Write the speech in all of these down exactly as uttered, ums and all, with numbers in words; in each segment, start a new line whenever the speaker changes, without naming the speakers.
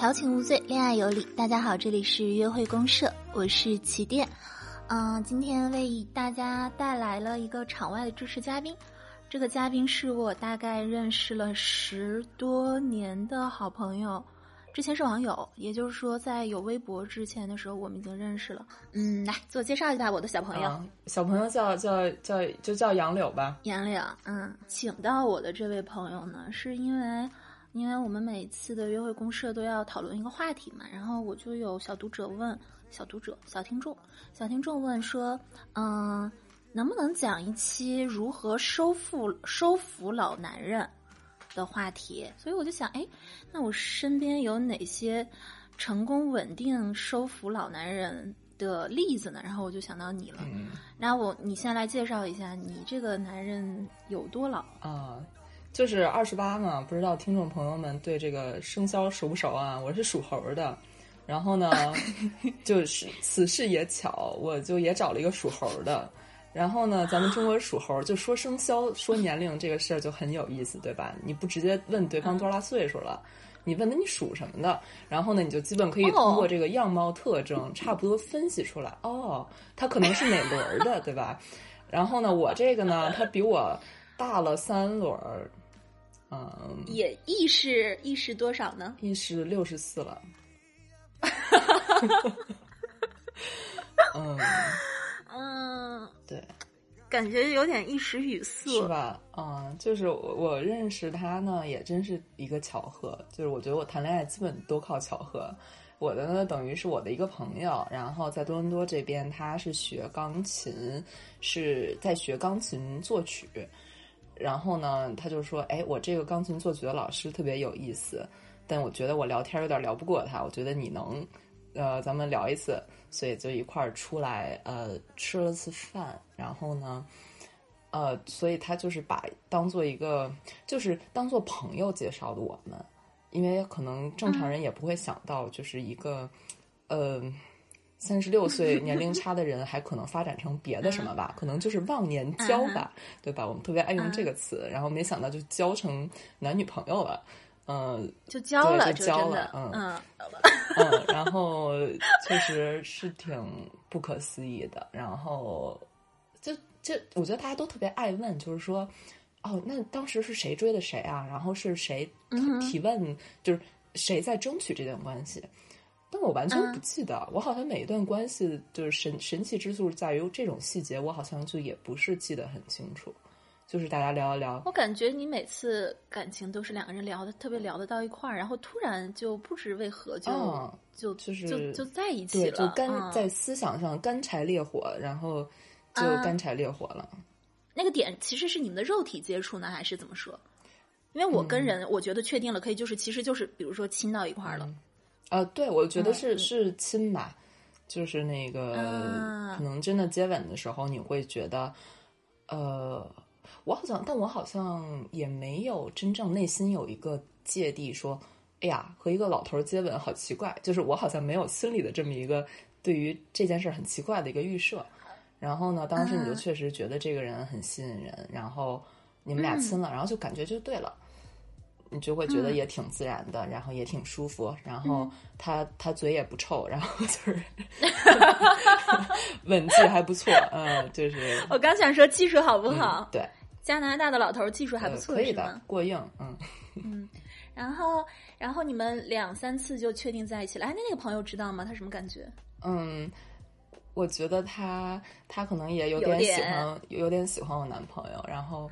调情无罪，恋爱有理。大家好，这里是约会公社，我是起点。嗯、呃，今天为大家带来了一个场外的支持嘉宾。这个嘉宾是我大概认识了十多年的好朋友，之前是网友，也就是说在有微博之前的时候我们已经认识了。嗯，来自我介绍一下我的小朋友。
啊、小朋友叫叫叫就叫杨柳吧。
杨柳，嗯，请到我的这位朋友呢，是因为因为我们每次的约会公社都要讨论一个话题嘛，然后我就有小读者问，小读者小听众小听众问说，嗯，能不能讲一期如何收复收服老男人的话题？所以我就想，哎，那我身边有哪些成功稳定收服老男人的例子呢？然后我就想到你了。
嗯，
那我你先来介绍一下，你这个男人有多老
啊？就是二十八嘛，不知道听众朋友们对这个生肖熟不熟啊？我是属猴的，然后呢，就是此事也巧，我就也找了一个属猴的。然后呢，咱们中国属猴就说生肖说年龄这个事儿就很有意思，对吧？你不直接问对方多大岁数了，你问他你属什么的，然后呢，你就基本可以通过这个样貌特征差不多分析出来，哦，他可能是哪轮的，对吧？然后呢，我这个呢，他比我大了三轮。嗯，
也亦是亦是多少呢？
亦是六十四了。嗯
嗯，
对，
感觉有点一时语塞，
是吧？嗯，就是我我认识他呢，也真是一个巧合。就是我觉得我谈恋爱基本都靠巧合。我的呢，等于是我的一个朋友，然后在多伦多这边，他是学钢琴，是在学钢琴作曲。然后呢，他就说，哎，我这个钢琴作曲的老师特别有意思，但我觉得我聊天有点聊不过他，我觉得你能呃咱们聊一次，所以就一块儿出来呃吃了次饭。然后呢呃所以他就是把当做一个就是当做朋友介绍的我们，因为可能正常人也不会想到就是一个呃三十六岁年龄差的人还可能发展成别的什么吧，可能就是忘年交吧，对吧？我们特别爱用这个词，然后没想到就交成男女朋友了，嗯，
就交了，
就交了，嗯
嗯
嗯，然后确实是挺不可思议的。然后就就我觉得大家都特别爱问，就是说，哦，那当时是谁追的谁啊？然后是谁提问，嗯、就是谁在争取这段关系？但我完全不记得，嗯、我好像每一段关系就是神神奇之处在于这种细节，我好像就也不是记得很清楚。就是大家聊一聊，
我感觉你每次感情都是两个人聊的特别聊得到一块儿，然后突然就不知为何就、嗯、就
就是
就就在一起了，
对，就干、
嗯、
在思想上干柴烈火，然后就干柴烈火了。
嗯、那个点其实是你们的肉体接触呢，还是怎么说？因为我跟人，嗯、我觉得确定了，可以就是其实就是比如说亲到一块儿了。
嗯呃，对，我觉得是、
嗯、
是亲吧，就是那个、啊、可能真的接吻的时候，你会觉得，呃，我好像，但我好像也没有真正内心有一个芥蒂，说，哎呀，和一个老头接吻好奇怪，就是我好像没有心里的这么一个对于这件事很奇怪的一个预设。然后呢，当时你就确实觉得这个人很吸引人，啊、然后你们俩亲了，嗯、然后就感觉就对了。你就会觉得也挺自然的，嗯、然后也挺舒服，然后他、嗯、他嘴也不臭，然后就是吻技还不错，嗯，就是
我刚想说技术好不好？
嗯、对，
加拿大的老头技术还不错，
呃、可以的，过硬，嗯
嗯，然后然后你们两三次就确定在一起了，哎，那那个朋友知道吗？他什么感觉？
嗯，我觉得他他可能也有点喜欢，有, 有点喜欢我男朋友，然后。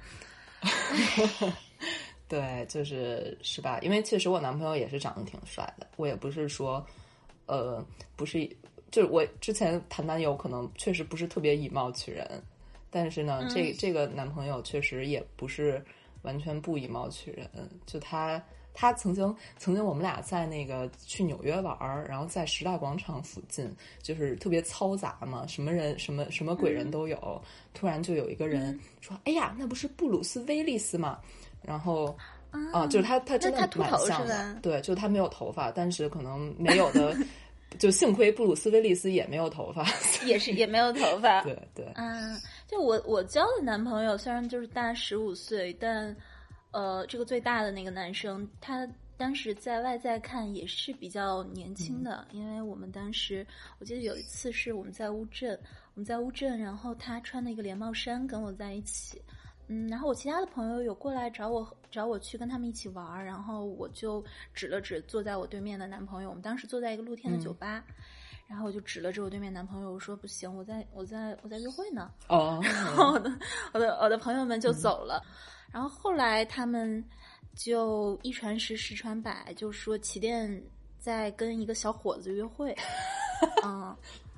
对，就是是吧？因为确实我男朋友也是长得挺帅的，我也不是说，呃，不是，就是我之前谈男友可能确实不是特别以貌取人，但是呢，嗯、这这个男朋友确实也不是完全不以貌取人，就他他曾经曾经我们俩在那个去纽约玩，然后在时代广场附近，就是特别嘈杂嘛，什么人什么什么鬼人都有，嗯、突然就有一个人说：“哎呀，那不是布鲁斯威利斯吗？”然后啊、呃，就是他，他真的蛮像的，对，就他没有头发，但是可能没有的，就幸亏布鲁斯威利斯也没有头发，
也是也没有头发，
对对，
嗯，就我我交的男朋友虽然就是大十五岁，但呃，这个最大的那个男生，他当时在外在看也是比较年轻的，嗯、因为我们当时我记得有一次是我们在乌镇，我们在乌镇，然后他穿了一个连帽衫跟我在一起，嗯，然后我其他的朋友有过来找我找我去跟他们一起玩，然后我就指了指坐在我对面的男朋友，我们当时坐在一个露天的酒吧。嗯，然后我就指了指我对面男朋友，我说不行，我在我在我在约会呢。
哦，
然后我的我的我的朋友们就走了，嗯、然后后来他们就一传十十传百，就说起点在跟一个小伙子约会，嗯，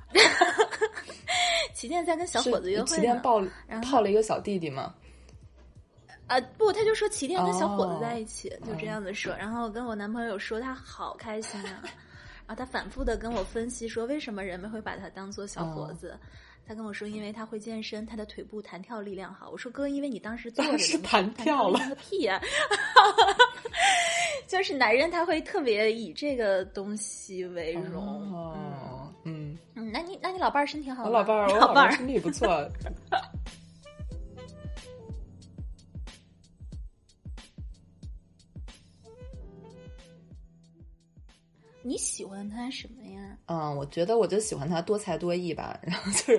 起点在跟小伙子约会呢，
起点抱泡了一个小弟弟吗？
啊、呃、不，他就说起点跟小伙子在一起，哦、就这样子说。然后跟我男朋友说他好开心啊。然后他反复的跟我分析说为什么人们会把他当做小伙子，哦、他跟我说因为他会健身，他的腿部弹跳力量好。我说哥，因为你当时坐着
当时弹跳了
个屁呀、啊！就是男人他会特别以这个东西为荣。
哦，嗯
嗯，那你那你老伴儿身体好吗？
我老伴儿，我
老伴儿
身体不错。
你喜欢他什么呀？
嗯，我觉得我就喜欢他多才多艺吧，然后就是，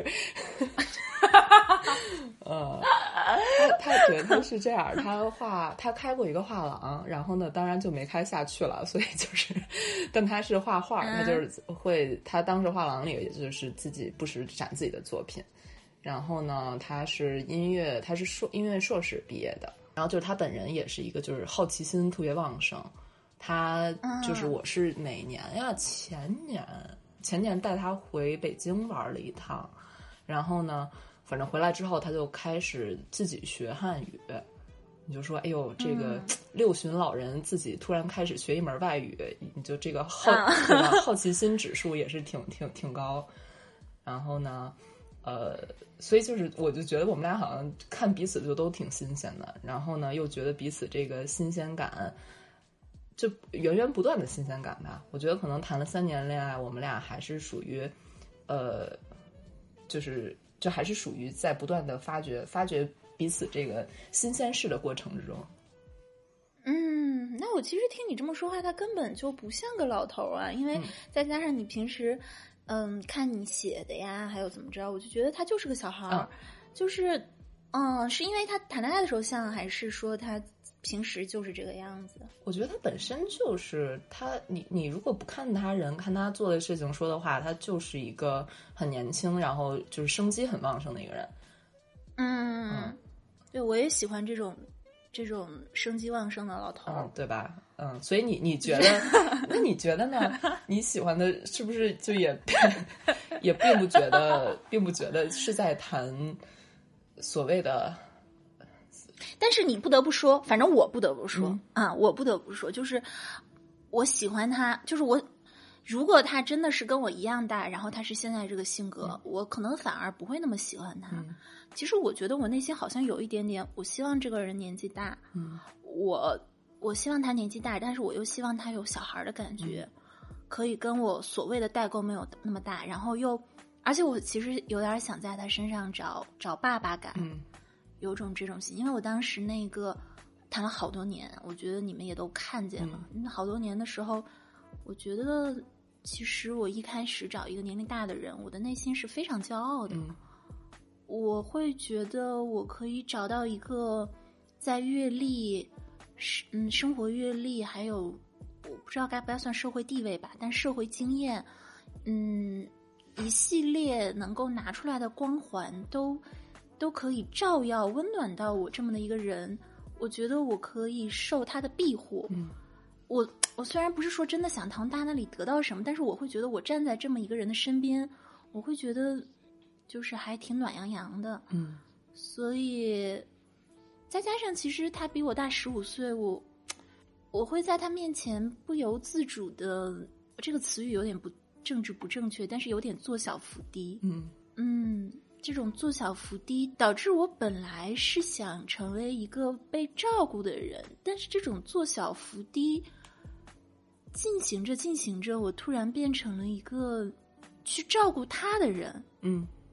呃，他他觉得他是这样，他画他开过一个画廊，然后呢，当然就没开下去了，所以就是，但他是画画，他就是会，他当时画廊里也就是自己不时展自己的作品，然后呢，他是音乐，他是硕音乐硕士毕业的，然后就是他本人也是一个就是好奇心特别旺盛。他就是我是哪年呀？前年前年带他回北京玩了一趟，然后呢，反正回来之后他就开始自己学汉语。你就说，哎呦，这个六旬老人自己突然开始学一门外语，你就这个好对吧？好奇心指数也是挺挺挺高。然后呢，呃，所以就是我就觉得我们俩好像看彼此就都挺新鲜的，然后呢，又觉得彼此这个新鲜感。就源源不断的新鲜感吧，我觉得可能谈了三年恋爱，我们俩还是属于，呃，就是就还是属于在不断的发掘发掘彼此这个新鲜事的过程之中。
嗯，那我其实听你这么说话，他根本就不像个老头啊，因为再加上你平时，嗯，看你写的呀，还有怎么着，我就觉得他就是个小孩儿，嗯、就是，嗯，是因为他谈恋爱的时候像，还是说他？平时就是这个样子。
我觉得他本身就是他，你你如果不看他人，看他做的事情说的话，他就是一个很年轻，然后就是生机很旺盛的一个人。
嗯，嗯对，我也喜欢这种这种生机旺盛的老头，
嗯，对吧？嗯，所以你你觉得，那你觉得呢？你喜欢的是不是就也也并不觉得，并不觉得是在谈所谓的。
但是你不得不说，反正我不得不说、
嗯、
啊，我不得不说，就是我喜欢他，就是我，如果他真的是跟我一样大，然后他是现在这个性格，嗯、我可能反而不会那么喜欢他。
嗯、
其实我觉得我内心好像有一点点，我希望这个人年纪大，
嗯，
我我希望他年纪大，但是我又希望他有小孩的感觉，嗯、可以跟我所谓的代沟没有那么大，然后又，而且我其实有点想在他身上找找爸爸感。
嗯。
有种这种心，因为我当时那个谈了好多年，我觉得你们也都看见了。嗯，好多年的时候，我觉得其实我一开始找一个年龄大的人，我的内心是非常骄傲的。
嗯，
我会觉得我可以找到一个在阅历，嗯，生活阅历，还有我不知道该不该算社会地位吧，但社会经验，嗯，一系列能够拿出来的光环都。都可以照耀温暖到我这么的一个人，我觉得我可以受他的庇护。
嗯，
我我虽然不是说真的想从他那里得到什么，但是我会觉得我站在这么一个人的身边，我会觉得就是还挺暖洋洋的。
嗯，
所以再加上其实他比我大十五岁，我我会在他面前不由自主的，这个词语有点不政治不正确，但是有点做小伏低。
嗯
嗯。这种做小伏低导致我本来是想成为一个被照顾的人，但是这种做小伏低进行着进行着，我突然变成了一个去照顾他的人。
嗯，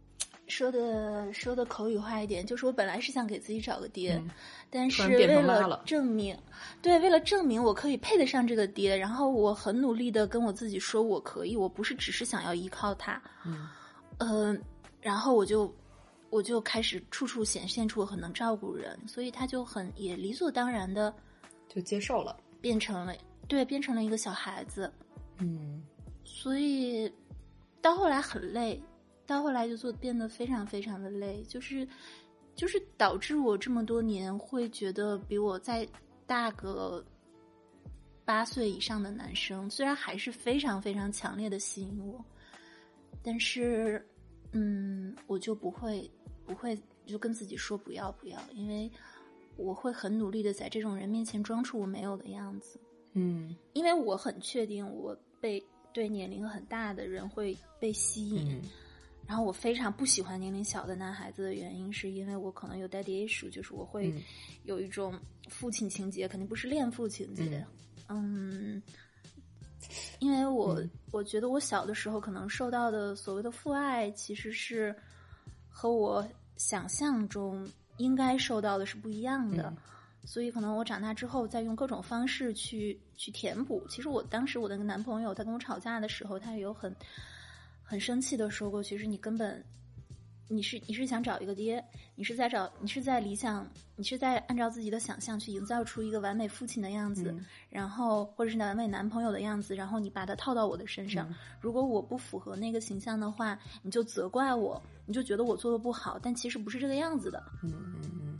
说的说的口语化一点，就是我本来是想给自己找个爹，
嗯、
但是
为
了证明，对，为了证明我可以配得上这个爹，然后我很努力的跟我自己说我可以，我不是只是想要依靠他，
嗯，
呃，然后我就我就开始处处显现出我很能照顾人，所以他就很也理所当然的
就接受了，
变成了对，变成了一个小孩子，
嗯，
所以到后来很累。到后来就做变得非常非常的累，就是就是导致我这么多年会觉得比我再大个八岁以上的男生，虽然还是非常非常强烈的吸引我，但是嗯，我就不会不会就跟自己说不要不要，因为我会很努力的在这种人面前装出我没有的样子。
嗯，
因为我很确定我被对年龄很大的人会被吸引。
嗯，
然后我非常不喜欢年龄小的男孩子的原因，是因为我可能有 daddy issue， 就是我会有一种父亲情节，肯定不是恋父情节。嗯，嗯因为我、嗯、我觉得我小的时候可能受到的所谓的父爱，其实是和我想象中应该受到的是不一样的。嗯，所以可能我长大之后再用各种方式去去填补。其实我当时我的那个男朋友他跟我吵架的时候，他有很很生气的说过，其实你根本你是你是想找一个爹，你是在找你是在理想你是在按照自己的想象去营造出一个完美父亲的样子，嗯，然后或者是完美男朋友的样子，然后你把它套到我的身上，嗯，如果我不符合那个形象的话，你就责怪我，你就觉得我做的不好，但其实不是这个样子的。
嗯嗯嗯。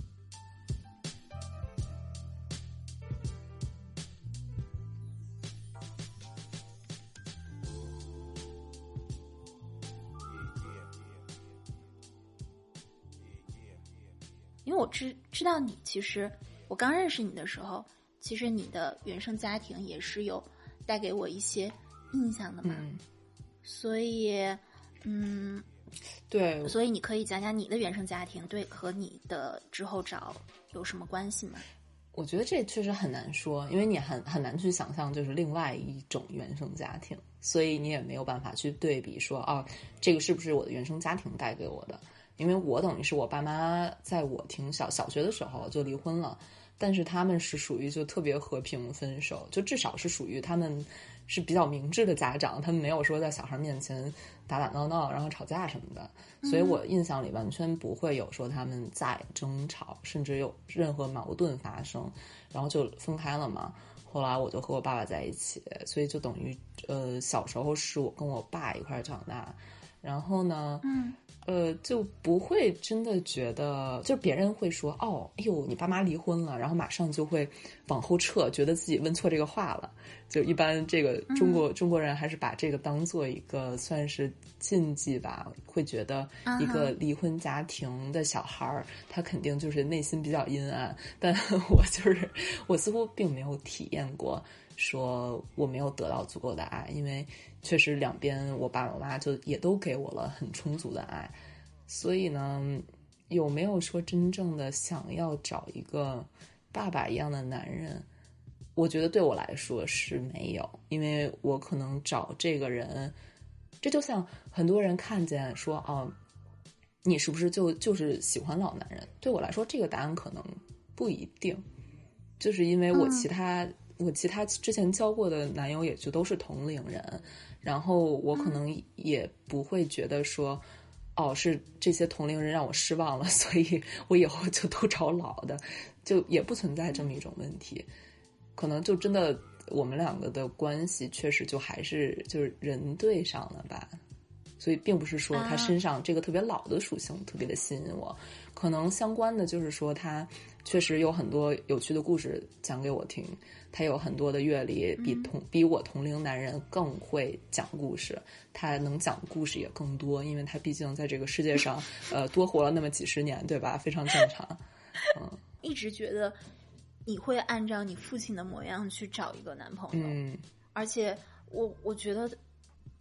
因为我知知道你，其实我刚认识你的时候，其实你的原生家庭也是有带给我一些印象的嘛，嗯，所以，嗯，
对，
所以你可以讲讲你的原生家庭对和你的之后找有什么关系吗？
我觉得这确实很难说，因为你很很难去想象就是另外一种原生家庭，所以你也没有办法去对比说，哦，这个是不是我的原生家庭带给我的。因为我等于是我爸妈在我挺小小学的时候就离婚了，但是他们是属于就特别和平分手，就至少是属于他们是比较明智的家长，他们没有说在小孩面前打打闹闹然后吵架什么的，所以我印象里完全不会有说他们在争吵，甚至有任何矛盾发生，然后就分开了嘛。后来我就和我爸爸在一起，所以就等于呃小时候是我跟我爸一块长大，然后呢，
嗯。
呃，就不会真的觉得，就别人会说，哦，哎呦，你爸妈离婚了，然后马上就会往后撤，觉得自己问错这个话了。就一般这个中国、嗯、中国人还是把这个当做一个算是禁忌吧，会觉得一个离婚家庭的小孩，他肯定就是内心比较阴暗。但我就是我似乎并没有体验过。说我没有得到足够的爱，因为确实两边我爸我妈就也都给我了很充足的爱，所以呢，有没有说真正的想要找一个爸爸一样的男人，我觉得对我来说是没有，因为我可能找这个人，这就像很多人看见说哦，你是不是就就是喜欢老男人，对我来说这个答案可能不一定，就是因为我其他、嗯我其他之前交过的男友也就都是同龄人，然后我可能也不会觉得说，嗯、哦，是这些同龄人让我失望了，所以我以后就都找老的，就也不存在这么一种问题。可能就真的我们两个的关系确实就还是就是人对上了吧，所以并不是说他身上这个特别老的属性特别的吸引我，啊、可能相关的就是说他确实有很多有趣的故事讲给我听。他有很多的阅历，比同比我同龄男人更会讲故事，他能讲故事也更多，因为他毕竟在这个世界上，呃，多活了那么几十年，对吧？非常正常。嗯，
一直觉得你会按照你父亲的模样去找一个男朋友，
嗯，
而且我我觉得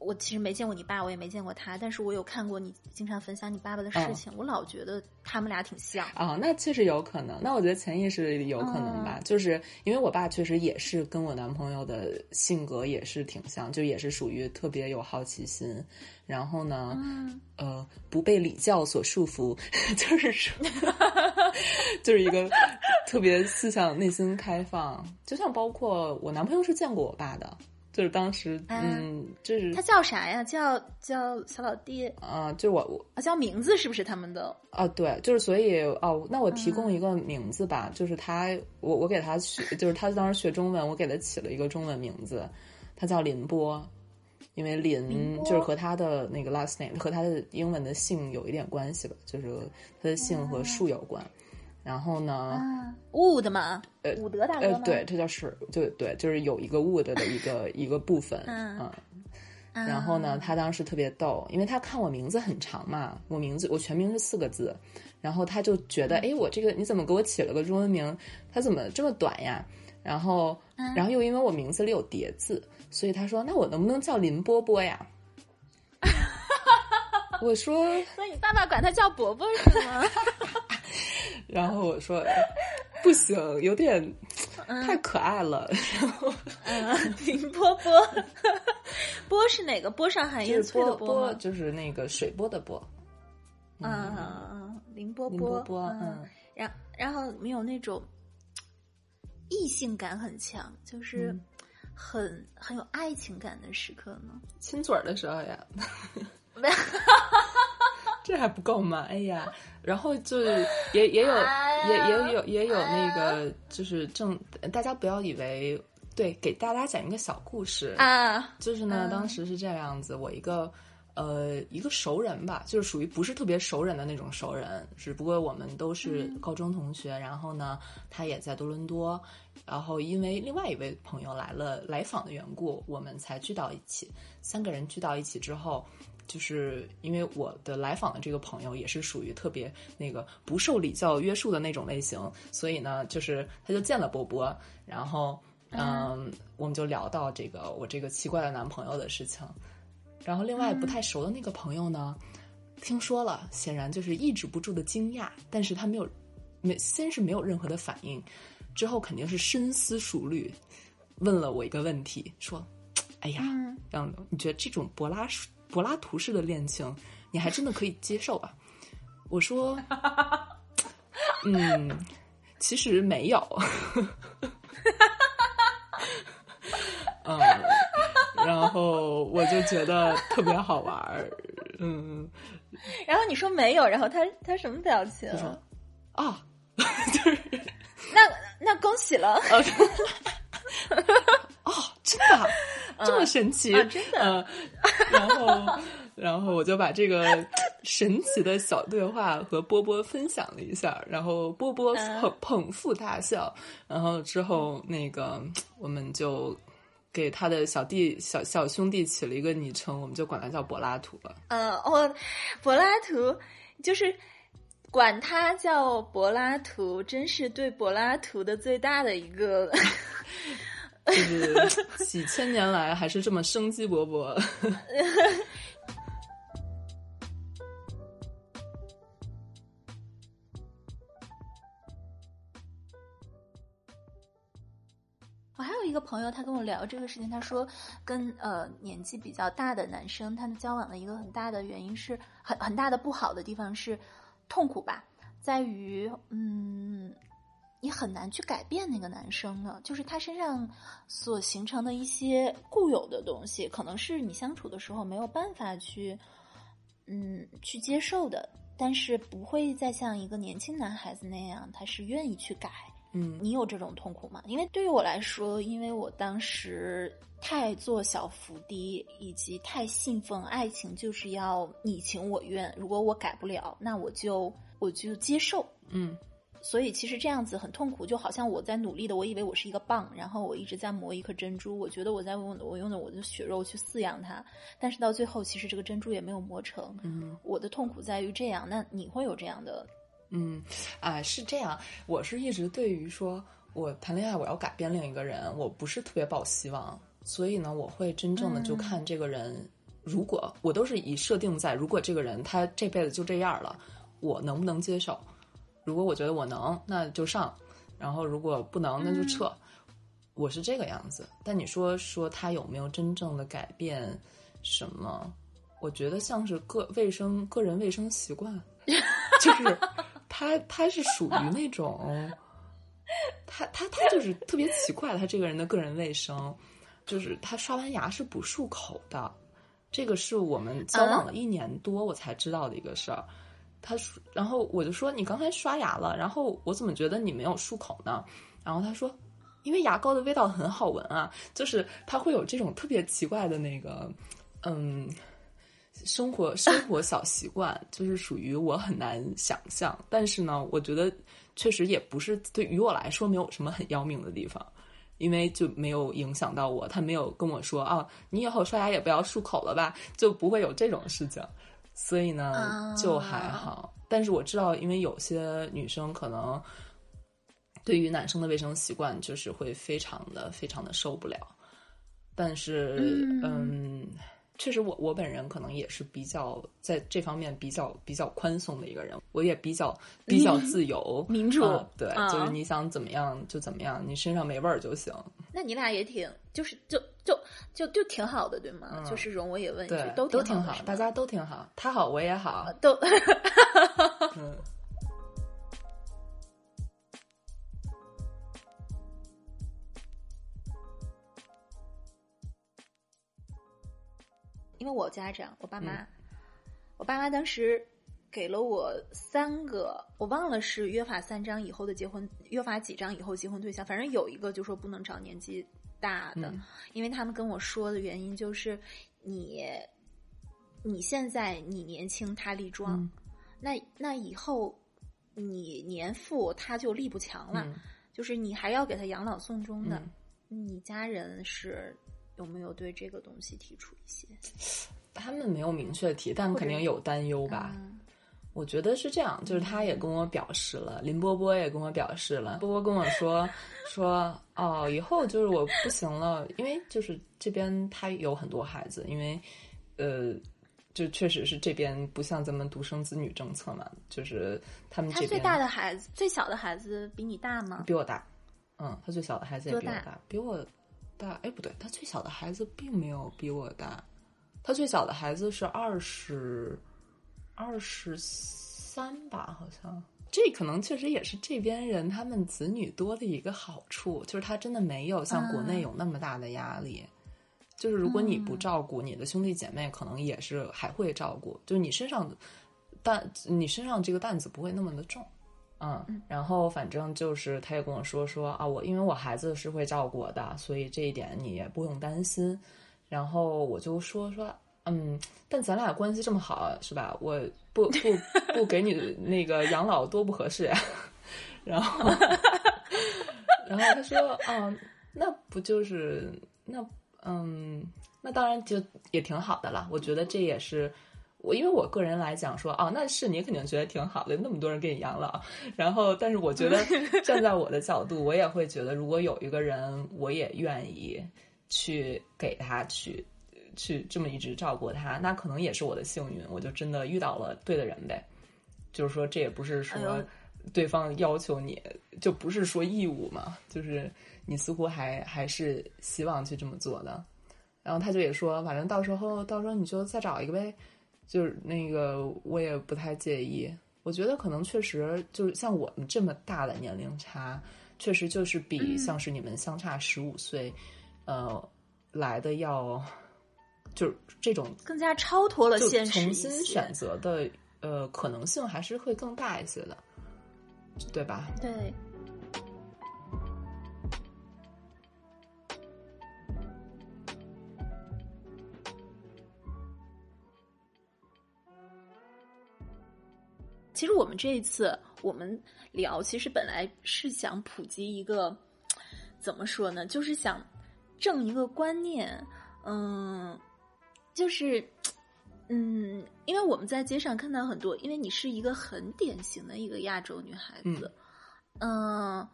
我其实没见过你爸，我也没见过他，但是我有看过你经常分享你爸爸的事情，嗯、我老觉得他们俩挺像
啊、哦，那确实有可能。那我觉得潜意识有可能吧，嗯、就是因为我爸确实也是跟我男朋友的性格也是挺像，就也是属于特别有好奇心，然后呢，嗯、呃，不被礼教所束缚，就是说，就是一个特别思想内心开放，就像包括我男朋友是见过我爸的。就是当时，嗯，就是
他叫啥呀？叫叫小老弟
啊、呃，就是我我
啊，叫名字是不是他们的？
啊，对，就是所以哦，那我提供一个名字吧，嗯、就是他，我我给他取，就是他当时学中文，我给他起了一个中文名字，他叫林波，因为林就是和他的那个 last name 和他的英文的姓有一点关系吧，就是他的姓和树有关。嗯然后呢？
啊，伍的嘛，
呃，
伍德大哥吗？
呃，对，这叫是，就对，就是有一个伍德的一个一个部分，嗯。嗯然后呢，他当时特别逗，因为他看我名字很长嘛，我名字我全名是四个字，然后他就觉得，哎、嗯，我这个你怎么给我起了个中文名？他怎么这么短呀？然后，嗯、然后又因为我名字里有叠字，所以他说，那我能不能叫林波波呀？我说，
所以你爸爸管他叫伯伯是吗？
然后我说不行，有点太可爱了。然后，
嗯，林波波，波是哪个？波上寒烟翠的
波，就是那个水波的波。
嗯嗯，林波
林波波，嗯。
然然后没有那种异性感很强，就是很、嗯、很有爱情感的时刻呢。
亲嘴的时候呀。这还不够吗？哎呀，然后就也也有、哎、也也有也有那个，就是正大家不要以为对，给大家讲一个小故事
啊，
就是呢，嗯、当时是这样子，我一个呃一个熟人吧，就是属于不是特别熟人的那种熟人，只不过我们都是高中同学，嗯、然后呢，他也在多伦多，然后因为另外一位朋友来了来访的缘故，我们才聚到一起，三个人聚到一起之后。就是因为我的来访的这个朋友也是属于特别那个不受礼教约束的那种类型，所以呢，就是他就见了波波，然后嗯，我们就聊到这个我这个奇怪的男朋友的事情，然后另外不太熟的那个朋友呢，听说了，显然就是抑制不住的惊讶，但是他没有没先是没有任何的反应，之后肯定是深思熟虑，问了我一个问题，说：“哎呀，这样的你觉得这种柏拉图？”柏拉图式的恋情你还真的可以接受啊？我说嗯其实没有嗯然后我就觉得特别好玩嗯
然后你说没有，然后他他什么表情？
他说啊就是
那那恭喜了
哦真的、啊这么神奇、
嗯啊、真的、
呃、然后然后我就把这个神奇的小对话和波波分享了一下，然后波波捧捧腹大笑，然后之后那个我们就给他的小弟小小兄弟起了一个昵称，我们就管他叫柏拉图了。
呃哦，柏拉图就是管他叫柏拉图，真是对柏拉图的最大的一个
就是几千年来还是这么生机勃勃
我还有一个朋友，他跟我聊这个事情，他说跟呃年纪比较大的男生，他们交往的一个很大的原因是很很大的不好的地方是痛苦吧，在于嗯你很难去改变那个男生呢，就是他身上所形成的一些固有的东西，可能是你相处的时候没有办法去嗯去接受的，但是不会再像一个年轻男孩子那样，他是愿意去改。
嗯，
你有这种痛苦吗？因为对于我来说，因为我当时太做小伏低，以及太信奉爱情就是要你情我愿，如果我改不了，那我就我就接受。
嗯，
所以其实这样子很痛苦，就好像我在努力的，我以为我是一个蚌，然后我一直在磨一颗珍珠，我觉得我在用我用的我的血肉去饲养它，但是到最后其实这个珍珠也没有磨成。
嗯，
我的痛苦在于这样，那你会有这样的？
嗯啊，是这样，我是一直对于说我谈恋爱我要改变另一个人，我不是特别抱希望，所以呢，我会真正的就看这个人如果我都是以设定在如果这个人他这辈子就这样了，我能不能接受？如果我觉得我能，那就上；然后如果不能，那就撤。嗯、我是这个样子。但你说说他有没有真正的改变什么？我觉得像是个卫生个人卫生习惯，就是他他是属于那种，他他他就是特别奇怪，他这个人的个人卫生，就是他刷完牙是不漱口的。这个是我们交往了一年多我才知道的一个事儿。他然后我就说你刚才刷牙了，然后我怎么觉得你没有漱口呢？然后他说因为牙膏的味道很好闻啊。就是他会有这种特别奇怪的那个嗯生活生活小习惯，就是属于我很难想象。但是呢，我觉得确实也不是对于我来说没有什么很要命的地方，因为就没有影响到我，他没有跟我说啊，你以后刷牙也不要漱口了吧，就不会有这种事情。所以呢，就还好。但是我知道，因为有些女生可能对于男生的卫生习惯就是会非常的非常的受不了。但是，嗯。嗯确实我我本人可能也是比较在这方面比较比较宽松的一个人，我也比较比较自由
民主、
呃、对、
啊、
就是你想怎么样就怎么样，你身上没味儿就行。
那你俩也挺就是就就就就挺好的对吗、嗯、就是容我也问一句，都
都挺好，大家都挺好，他好我也好，
都
嗯。
因为我家长我爸妈、嗯、我爸妈当时给了我三个，我忘了是约法三章以后的结婚，约法几章以后结婚对象，反正有一个就说不能找年纪大的、嗯、因为他们跟我说的原因就是你你现在你年轻他力壮、嗯、那那以后你年富他就力不强了、嗯、就是你还要给他养老送终的、嗯、你家人是有没有对这个东西提出一些？
他们没有明确提，但肯定有担忧吧、嗯、我觉得是这样，就是他也跟我表示了、嗯、林波波也跟我表示了，波波跟我说说哦，以后就是我不行了，因为就是这边他有很多孩子，因为呃就确实是这边不像咱们独生子女政策嘛，就是他们这边
他最大的孩子最小的孩子比你大吗？
比我大，嗯，他最小的孩子也比我大，比我大，哎，不对，他最小的孩子并没有比我大，他最小的孩子是二十二十三吧，好像。这可能确实也是这边人他们子女多的一个好处，就是他真的没有像国内有那么大的压力、嗯、就是如果你不照顾、嗯、你的兄弟姐妹可能也是还会照顾，就是你身上担你身上这个担子不会那么的重。嗯，然后反正就是他也跟我说说啊，我因为我孩子是会照顾我的，所以这一点你也不用担心。然后我就说说嗯，但咱俩关系这么好是吧，我不不不给你那个养老多不合适呀。然后然后他说啊，那不就是那嗯那当然就也挺好的了，我觉得这也是我因为我个人来讲说哦，那是你肯定觉得挺好的，那么多人给你养老。然后但是我觉得站在我的角度我也会觉得如果有一个人我也愿意去给他去去这么一直照顾他，那可能也是我的幸运，我就真的遇到了对的人呗。就是说这也不是说对方要求你、哎、就不是说义务嘛，就是你似乎还还是希望去这么做的。然后他就也说反正到时候到时候你就再找一个呗，就是那个我也不太介意。我觉得可能确实就是像我们这么大的年龄差，确实就是比像是你们相差十五岁、嗯、呃来的要就是这种
更加超脱了现实，
重新选择的呃可能性还是会更大一些的，对吧？
对。其实我们这一次我们聊，其实本来是想普及一个怎么说呢，就是想正一个观念，嗯，就是嗯，因为我们在街上看到很多，因为你是一个很典型的一个亚洲女孩子，嗯，呃、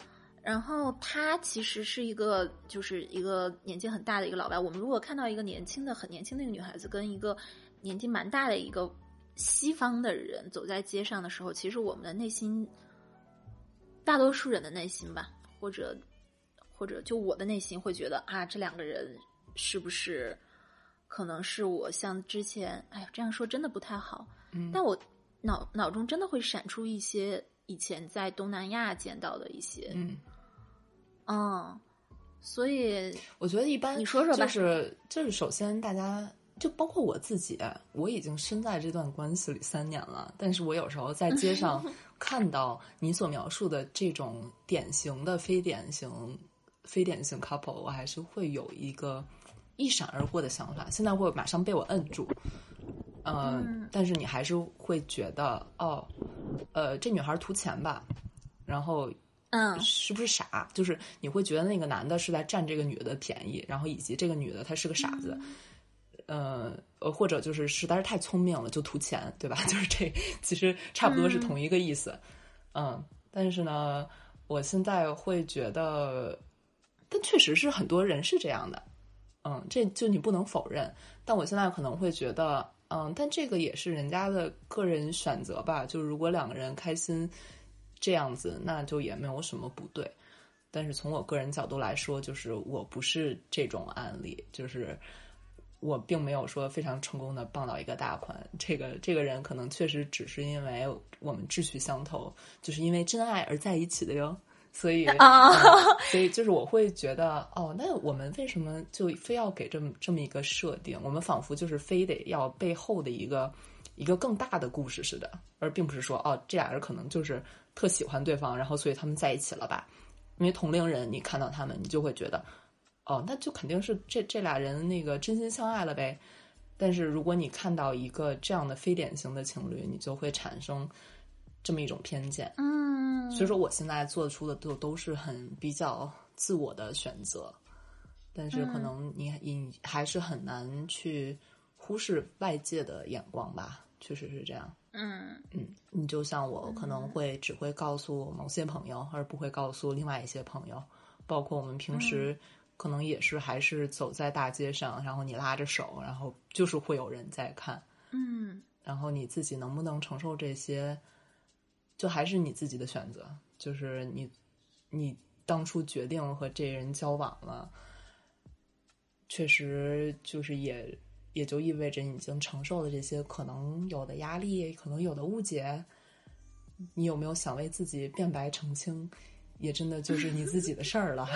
然后他其实是一个就是一个年纪很大的一个老外。我们如果看到一个年轻的很年轻的一个女孩子跟一个年纪蛮大的一个西方的人走在街上的时候，其实我们的内心，大多数人的内心吧，或者或者就我的内心会觉得啊，这两个人是不是可能是我像之前，哎呀这样说真的不太好，
嗯，
但我脑脑中真的会闪出一些以前在东南亚见到的一些，
嗯
嗯，所以
我觉得一般
你说说吧，
就是就是首先大家就包括我自己，我已经身在这段关系里三年了，但是我有时候在街上看到你所描述的这种典型的非典型非典型 couple， 我还是会有一个一闪而过的想法，现在会马上被我摁住。呃、嗯，但是你还是会觉得哦，呃，这女孩图钱吧，然后
嗯，
是不是傻？就是你会觉得那个男的是在占这个女的的便宜，然后以及这个女的她是个傻子，呃呃，或者就是实在是太聪明了就图钱，对吧？就是这其实差不多是同一个意思。嗯，嗯，但是呢，我现在会觉得，但确实是很多人是这样的，嗯，这就你不能否认。但我现在可能会觉得。嗯，但这个也是人家的个人选择吧。就如果两个人开心这样子，那就也没有什么不对。但是从我个人角度来说，就是我不是这种案例，就是我并没有说非常成功的傍到一个大款。这个这个人可能确实只是因为我们志趣相投，就是因为真爱而在一起的哟。所以、
啊
嗯，所以就是我会觉得，哦，那我们为什么就非要给这么这么一个设定？我们仿佛就是非得要背后的一个一个更大的故事似的，而并不是说，哦，这俩人可能就是特喜欢对方，然后所以他们在一起了吧？因为同龄人，你看到他们，你就会觉得，哦，那就肯定是这这俩人那个真心相爱了呗。但是如果你看到一个这样的非典型的情侣，你就会产生这么一种偏见。
嗯。
所以说我现在做出的都都是很比较自我的选择，但是可能你你还是很难去忽视外界的眼光吧，确实是这样。
嗯
嗯，你就像我可能会只会告诉某些朋友，而不会告诉另外一些朋友，包括我们平时可能也是还是走在大街上，然后你拉着手，然后就是会有人在看。
嗯，
然后你自己能不能承受这些？就还是你自己的选择，就是你，你当初决定和这人交往了，确实就是也也就意味着你已经承受了这些可能有的压力，可能有的误解。你有没有想为自己辩白澄清，也真的就是你自己的事儿了。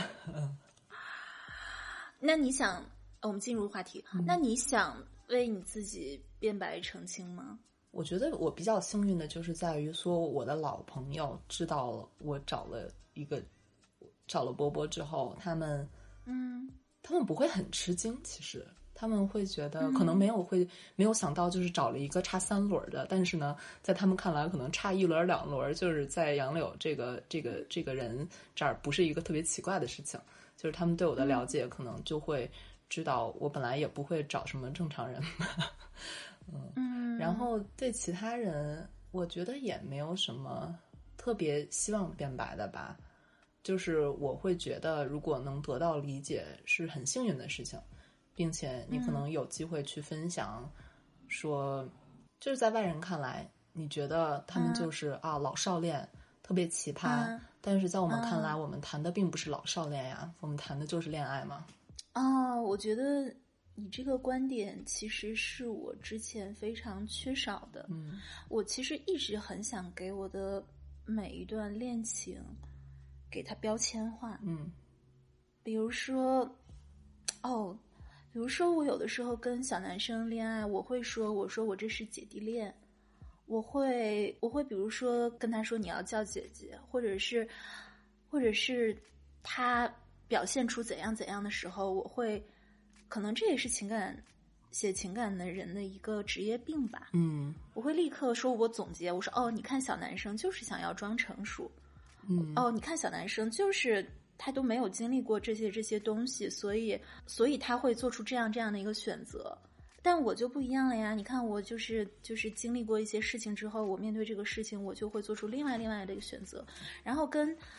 那你想，我们进入话题，嗯、那你想为你自己辩白澄清吗？
我觉得我比较幸运的就是在于说，我的老朋友知道了我找了一个找了波波之后，他们
嗯，
他们不会很吃惊，其实他们会觉得可能没有会、嗯、没有想到就是找了一个差三轮的，但是呢，在他们看来可能差一轮两轮，就是在杨柳这个这个这个人这儿不是一个特别奇怪的事情，就是他们对我的了解可能就会知道我本来也不会找什么正常人。嗯，
嗯，
然后对其他人，我觉得也没有什么特别希望辩白的吧。就是我会觉得，如果能得到理解，是很幸运的事情，并且你可能有机会去分享，说，嗯、就是在外人看来，你觉得他们就是、嗯、啊老少恋，特别奇葩，嗯、但是在我们看来，嗯、我们谈的并不是老少恋呀，我们谈的就是恋爱嘛。
哦，我觉得。你这个观点其实是我之前非常缺少的。
嗯，
我其实一直很想给我的每一段恋情给它标签化。
嗯，
比如说，哦，比如说我有的时候跟小男生恋爱，我会说，我说我这是姐弟恋，我会我会比如说跟他说你要叫姐姐，或者是或者是他表现出怎样怎样的时候，我会。可能这也是情感写情感的人的一个职业病吧。
嗯，
我会立刻说，我总结，我说哦，你看小男生就是想要装成熟，
嗯，
哦，你看小男生就是他都没有经历过这些这些东西，所以所以他会做出这样这样的一个选择。但我就不一样了呀，你看我就是就是经历过一些事情之后，我面对这个事情，我就会做出另外另外的一个选择，然后跟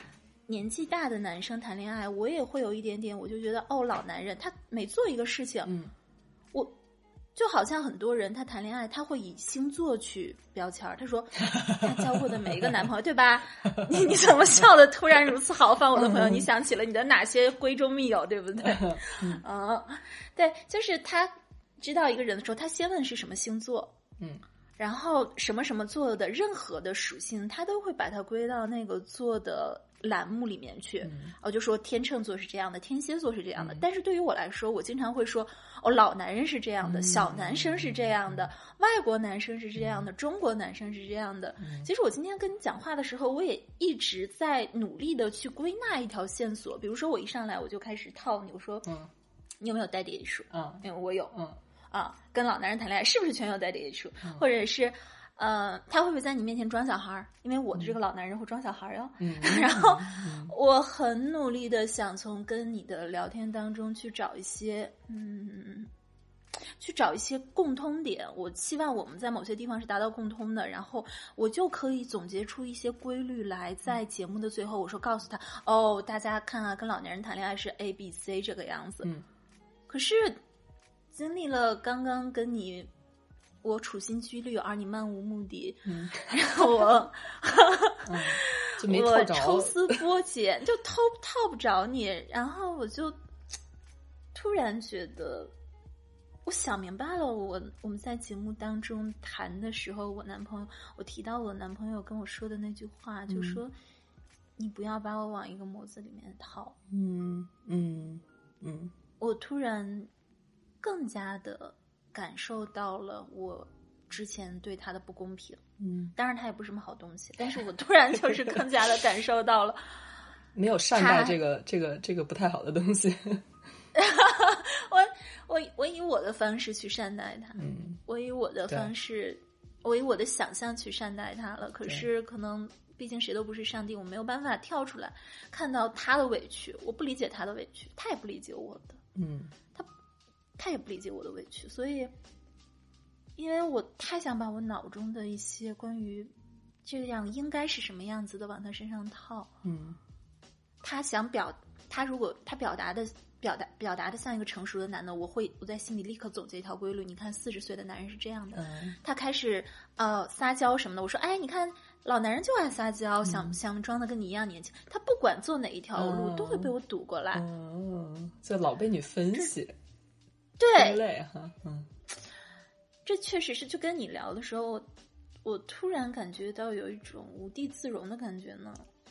年纪大的男生谈恋爱，我也会有一点点，我就觉得哦，老男人他每做一个事情，
嗯，
我就好像很多人他谈恋爱，他会以星座去标签儿。他说他交过的每一个男朋友，对吧？你你怎么笑的突然如此豪放，我的朋友？你想起了你的哪些闺中密友，对不对？嗯，嗯对，就是他知道一个人的时候，他先问是什么星座，
嗯。
然后什么什么座的任何的属性，他都会把它归到那个座的栏目里面去。
嗯，
我就说天秤座是这样的，天蝎座是这样的。
嗯、
但是对于我来说，我经常会说，哦，老男人是这样的，
嗯、
小男生是这样的，外国男生是这样的，中国男生是这样的。
嗯、
其实我今天跟你讲话的时候，我也一直在努力的去归纳一条线索。比如说我一上来我就开始套你，我说，
嗯，
你有没有带 D H？
嗯，
因为我有，
嗯。
啊，跟老男人谈恋爱是不是全有带 D H？、
嗯、
或者是，呃，他会不会在你面前装小孩？因为我的这个老男人会装小孩哟。
嗯，
然后我很努力的想从跟你的聊天当中去找一些，嗯，去找一些共通点。我希望我们在某些地方是达到共通的，然后我就可以总结出一些规律来，在节目的最后，我说告诉他，哦，大家看啊，跟老年人谈恋爱是 A B C 这个样子。
嗯，
可是。经历了刚刚跟你，我处心积虑而你漫无目的，
嗯，
然后我，
嗯、就没
我
着
抽丝剥茧，就偷套不着你，然后我就突然觉得，我想明白了我。我我们在节目当中谈的时候，我男朋友，我提到我男朋友跟我说的那句话，
嗯、
就说：“你不要把我往一个模子里面套。”
嗯嗯嗯，
我突然。更加的感受到了我之前对他的不公平，
嗯，
当然他也不是什么好东西，但是我突然就是更加的感受到了，
没有善待这个这个这个不太好的东西。
我我我以我的方式去善待他，
嗯，
我以我的方式，我以我的想象去善待他了。可是可能毕竟谁都不是上帝，我没有办法跳出来看到他的委屈，我不理解他的委屈，他也不理解我的，
嗯，
他。他也不理解我的委屈，所以，因为我太想把我脑中的一些关于这样应该是什么样子的往他身上套。
嗯，
他想表，他如果他表达的表达表达的像一个成熟的男的，我会我在心里立刻总结一条规律。你看，四十岁的男人是这样的，
嗯、
他开始呃撒娇什么的。我说，哎，你看老男人就爱撒娇，嗯、想想装的跟你一样年轻。他不管做哪一条路，嗯、都会被我堵过来。
嗯，就老被你分析。
对，
累哈，嗯，
这确实是，就跟你聊的时候，我突然感觉到有一种无地自容的感觉呢。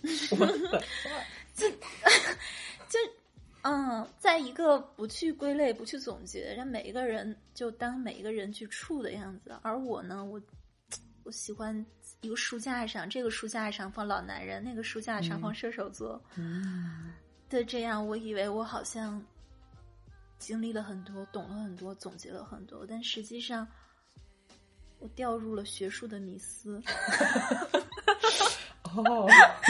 就就嗯，在一个不去归类、不去总结，让每一个人就当每一个人去处的样子。而我呢，我我喜欢一个书架上，这个书架上放老男人，那个书架上放射手座，
嗯，
对，这样我以为我好像。经历了很多，懂了很多，总结了很多，但实际上，我掉入了学术的迷思。
哦，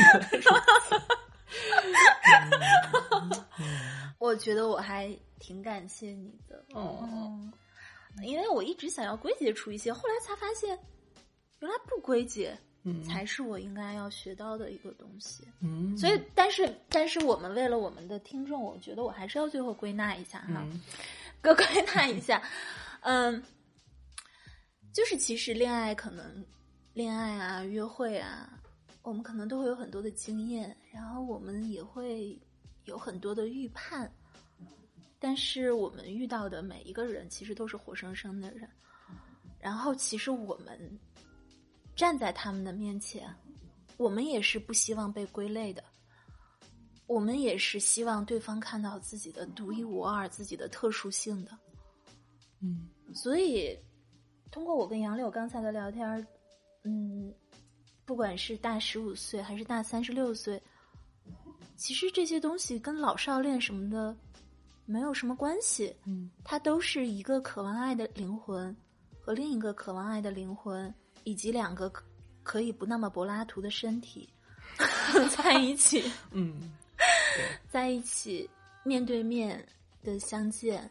我觉得我还挺感谢你的，
哦、
嗯，因为我一直想要归结出一些，后来才发现，原来不归结。
嗯，
才是我应该要学到的一个东西。
嗯，
所以，但是，但是我们为了我们的听众，我觉得我还是要最后归纳一下哈，
嗯、
各归纳一下，嗯，就是其实恋爱可能，恋爱啊，约会啊，我们可能都会有很多的经验，然后我们也会有很多的预判，但是我们遇到的每一个人其实都是活生生的人，然后其实我们。站在他们的面前，我们也是不希望被归类的，我们也是希望对方看到自己的独一无二、自己的特殊性的。
嗯，
所以通过我跟杨柳刚才的聊天，嗯，不管是大十五岁还是大三十六岁，其实这些东西跟老少恋什么的没有什么关系。
嗯，
它都是一个渴望爱的灵魂和另一个渴望爱的灵魂。以及两个可以不那么柏拉图的身体在一起，
嗯，
在一起面对面的相见。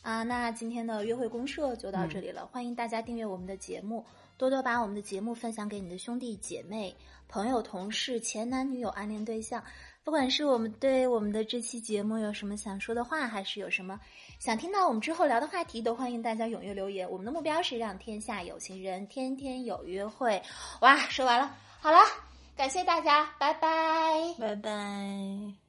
啊，那今天的约会公社就到这里了，嗯、欢迎大家订阅我们的节目，多多把我们的节目分享给你的兄弟姐妹、朋友、同事、前男女友、暗恋对象。不管是我们对我们的这期节目有什么想说的话，还是有什么想听到我们之后聊的话题，都欢迎大家踊跃留言。我们的目标是让天下有情人天天有约会。哇，说完了，好了，感谢大家，拜拜，
拜拜。